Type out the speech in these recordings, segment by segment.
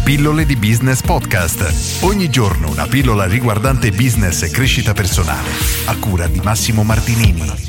Pillole di Business Podcast. Ogni giorno una pillola riguardante business e crescita personale. A cura di Massimo Martinini.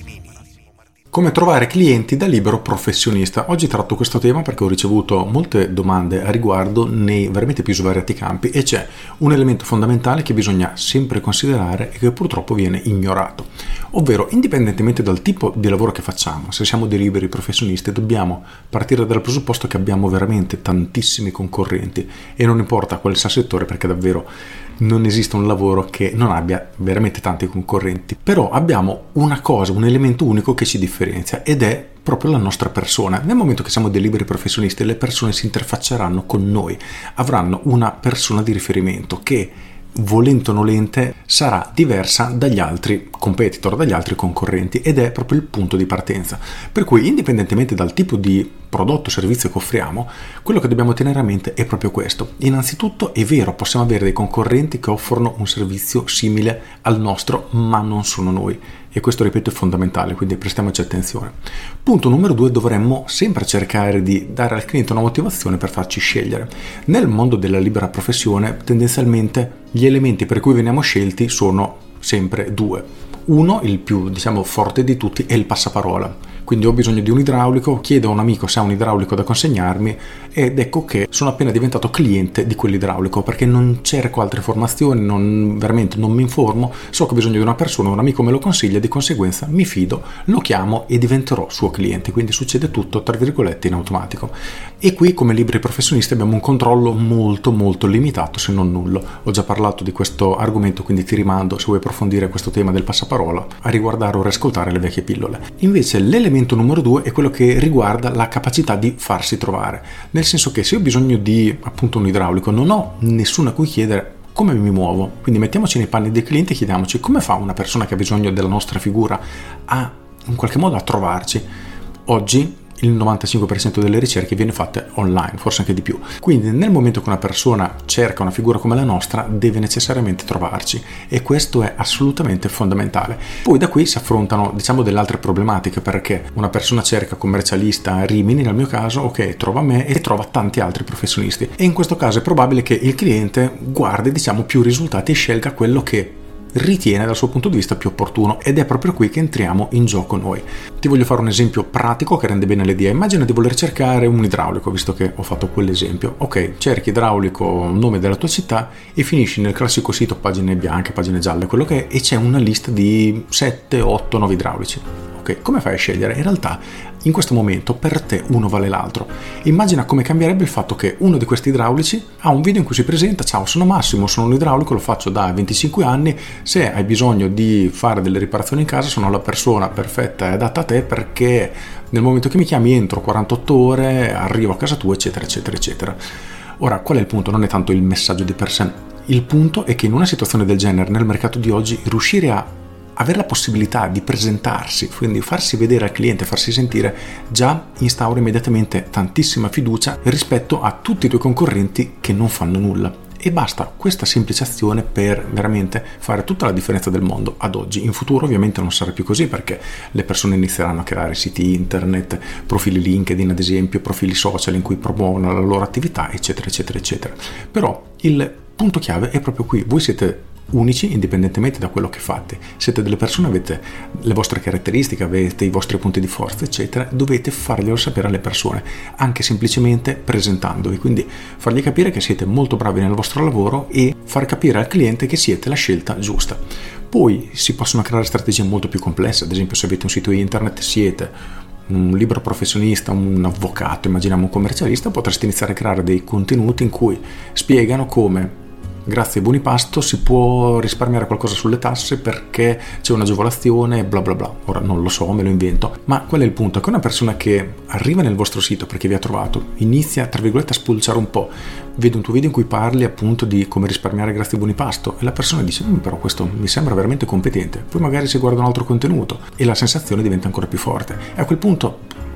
Come trovare clienti da libero professionista. Oggi tratto questo tema perché ho ricevuto molte domande a riguardo nei veramente più svariati campi e c'è un elemento fondamentale che bisogna sempre considerare e che purtroppo viene ignorato. Ovvero, indipendentemente dal tipo di lavoro che facciamo, se siamo dei liberi professionisti, dobbiamo partire dal presupposto che abbiamo veramente tantissimi concorrenti e non importa quale sia il settore, perché davvero non esiste un lavoro che non abbia veramente tanti concorrenti. Però abbiamo una cosa, un elemento unico che ci differenzia ed è proprio la nostra persona. Nel momento che siamo dei liberi professionisti, le persone si interfacceranno con noi, avranno una persona di riferimento che, volente o nolente, sarà diversa dagli altri competitor, dagli altri concorrenti, ed è proprio il punto di partenza. Per cui, indipendentemente dal tipo di prodotto o servizio che offriamo, quello che dobbiamo tenere a mente è proprio questo. Innanzitutto, è vero, possiamo avere dei concorrenti che offrono un servizio simile al nostro, ma non sono noi. E questo, ripeto, è fondamentale, quindi prestiamoci attenzione. Punto numero 2, dovremmo sempre cercare di dare al cliente una motivazione per farci scegliere. Nel mondo della libera professione, tendenzialmente, gli elementi per cui veniamo scelti sono sempre due. Uno, il più forte di tutti, è il passaparola. Quindi ho bisogno di un idraulico, chiedo a un amico se ha un idraulico da consegnarmi ed ecco che sono appena diventato cliente di quell'idraulico, perché non cerco altre informazioni, veramente non mi informo, so che ho bisogno di una persona, un amico me lo consiglia, di conseguenza mi fido, lo chiamo e diventerò suo cliente. Quindi succede tutto, tra virgolette, in automatico. E qui, come liberi professionisti, abbiamo un controllo molto molto limitato, se non nullo. Ho già parlato di questo argomento, quindi ti rimando, se vuoi approfondire questo tema del passaparola, a riguardare o riascoltare le vecchie pillole. Invece l'elemento numero 2 è quello che riguarda la capacità di farsi trovare, nel senso che se ho bisogno di appunto un idraulico, non ho nessuno a cui chiedere come mi muovo. Quindi mettiamoci nei panni del cliente e chiediamoci come fa una persona che ha bisogno della nostra figura a in qualche modo a trovarci. Oggi il 95% delle ricerche viene fatte online, forse anche di più. Quindi nel momento che una persona cerca una figura come la nostra, deve necessariamente trovarci, e questo è assolutamente fondamentale. Poi da qui si affrontano delle altre problematiche, perché una persona cerca commercialista a Rimini, nel mio caso, ok, trova me e trova tanti altri professionisti, e in questo caso è probabile che il cliente guardi più risultati e scelga quello che ritiene dal suo punto di vista più opportuno, ed è proprio qui che entriamo in gioco noi. Ti voglio fare un esempio pratico che rende bene l'idea. Immagina di voler cercare un idraulico, visto che ho fatto quell'esempio. Ok, cerchi idraulico, nome della tua città, e finisci nel classico sito pagine bianche, pagine gialle, quello che è, e c'è una lista di 7, 8, 9 idraulici. Ok, come fai a scegliere? In realtà in questo momento per te uno vale l'altro. Immagina come cambierebbe il fatto che uno di questi idraulici ha un video in cui si presenta: ciao, sono Massimo, sono un idraulico, lo faccio da 25 anni, se hai bisogno di fare delle riparazioni in casa sono la persona perfetta e adatta a te, perché nel momento che mi chiami entro 48 ore, arrivo a casa tua, eccetera eccetera eccetera. Ora, qual è il punto? Non è tanto il messaggio di per sé, il punto è che in una situazione del genere, nel mercato di oggi, riuscire a avere la possibilità di presentarsi, quindi farsi vedere al cliente, farsi sentire, già instaura immediatamente tantissima fiducia rispetto a tutti i tuoi concorrenti che non fanno nulla. E basta questa semplice azione per veramente fare tutta la differenza del mondo ad oggi. In futuro ovviamente non sarà più così, perché le persone inizieranno a creare siti internet, profili LinkedIn ad esempio, profili social in cui promuovono la loro attività, eccetera eccetera eccetera. Però il punto chiave è proprio qui: voi siete unici indipendentemente da quello che fate, siete delle persone, avete le vostre caratteristiche, avete i vostri punti di forza eccetera, dovete farglielo sapere alle persone, anche semplicemente presentandovi, quindi fargli capire che siete molto bravi nel vostro lavoro e far capire al cliente che siete la scelta giusta. Poi si possono creare strategie molto più complesse, ad esempio se avete un sito internet, siete un libero professionista, un avvocato, immaginiamo un commercialista, potreste iniziare a creare dei contenuti in cui spiegano come grazie ai buoni pasto si può risparmiare qualcosa sulle tasse perché c'è un'agevolazione, bla bla bla. Ora non lo so, me lo invento, ma qual è il punto? Che una persona che arriva nel vostro sito perché vi ha trovato, inizia tra virgolette a spulciare un po', vede un tuo video in cui parli appunto di come risparmiare grazie ai buoni pasto e la persona dice però questo mi sembra veramente competente, poi magari si guarda un altro contenuto e la sensazione diventa ancora più forte, e a quel punto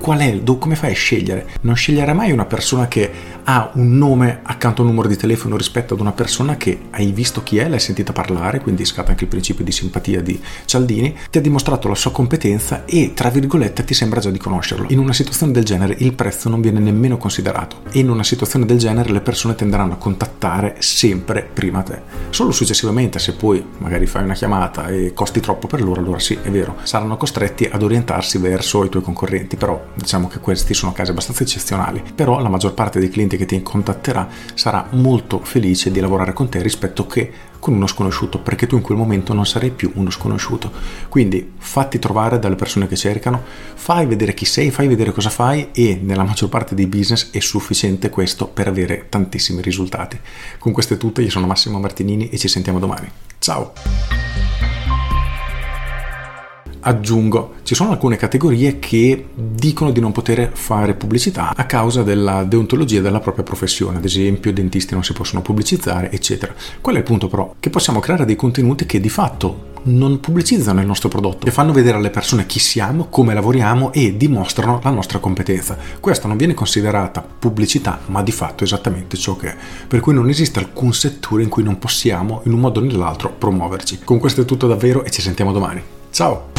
qual è, come fai a scegliere? Non scegliere mai una persona che ha un nome accanto a un numero di telefono rispetto ad una persona che hai visto chi è, l'hai sentita parlare, quindi scatta anche il principio di simpatia di Cialdini, ti ha dimostrato la sua competenza e, tra virgolette, ti sembra già di conoscerlo. In una situazione del genere il prezzo non viene nemmeno considerato e in una situazione del genere le persone tenderanno a contattare sempre prima te. Solo successivamente, se poi magari fai una chiamata e costi troppo per loro, allora sì, è vero, saranno costretti ad orientarsi verso i tuoi concorrenti, però diciamo che questi sono casi abbastanza eccezionali. Però la maggior parte dei clienti che ti contatterà sarà molto felice di lavorare con te rispetto che con uno sconosciuto, perché tu in quel momento non sarai più uno sconosciuto. Quindi fatti trovare dalle persone che cercano, fai vedere chi sei, fai vedere cosa fai e nella maggior parte dei business è sufficiente questo per avere tantissimi risultati. Con questo è tutto, io sono Massimo Martinini e ci sentiamo domani. Ciao! Aggiungo, ci sono alcune categorie che dicono di non poter fare pubblicità a causa della deontologia della propria professione, ad esempio dentisti non si possono pubblicizzare, eccetera. Qual è il punto però? Che possiamo creare dei contenuti che di fatto non pubblicizzano il nostro prodotto, che fanno vedere alle persone chi siamo, come lavoriamo e dimostrano la nostra competenza. Questa non viene considerata pubblicità, ma di fatto è esattamente ciò che è. Per cui non esiste alcun settore in cui non possiamo, in un modo o nell'altro, promuoverci. Con questo è tutto davvero e ci sentiamo domani. Ciao!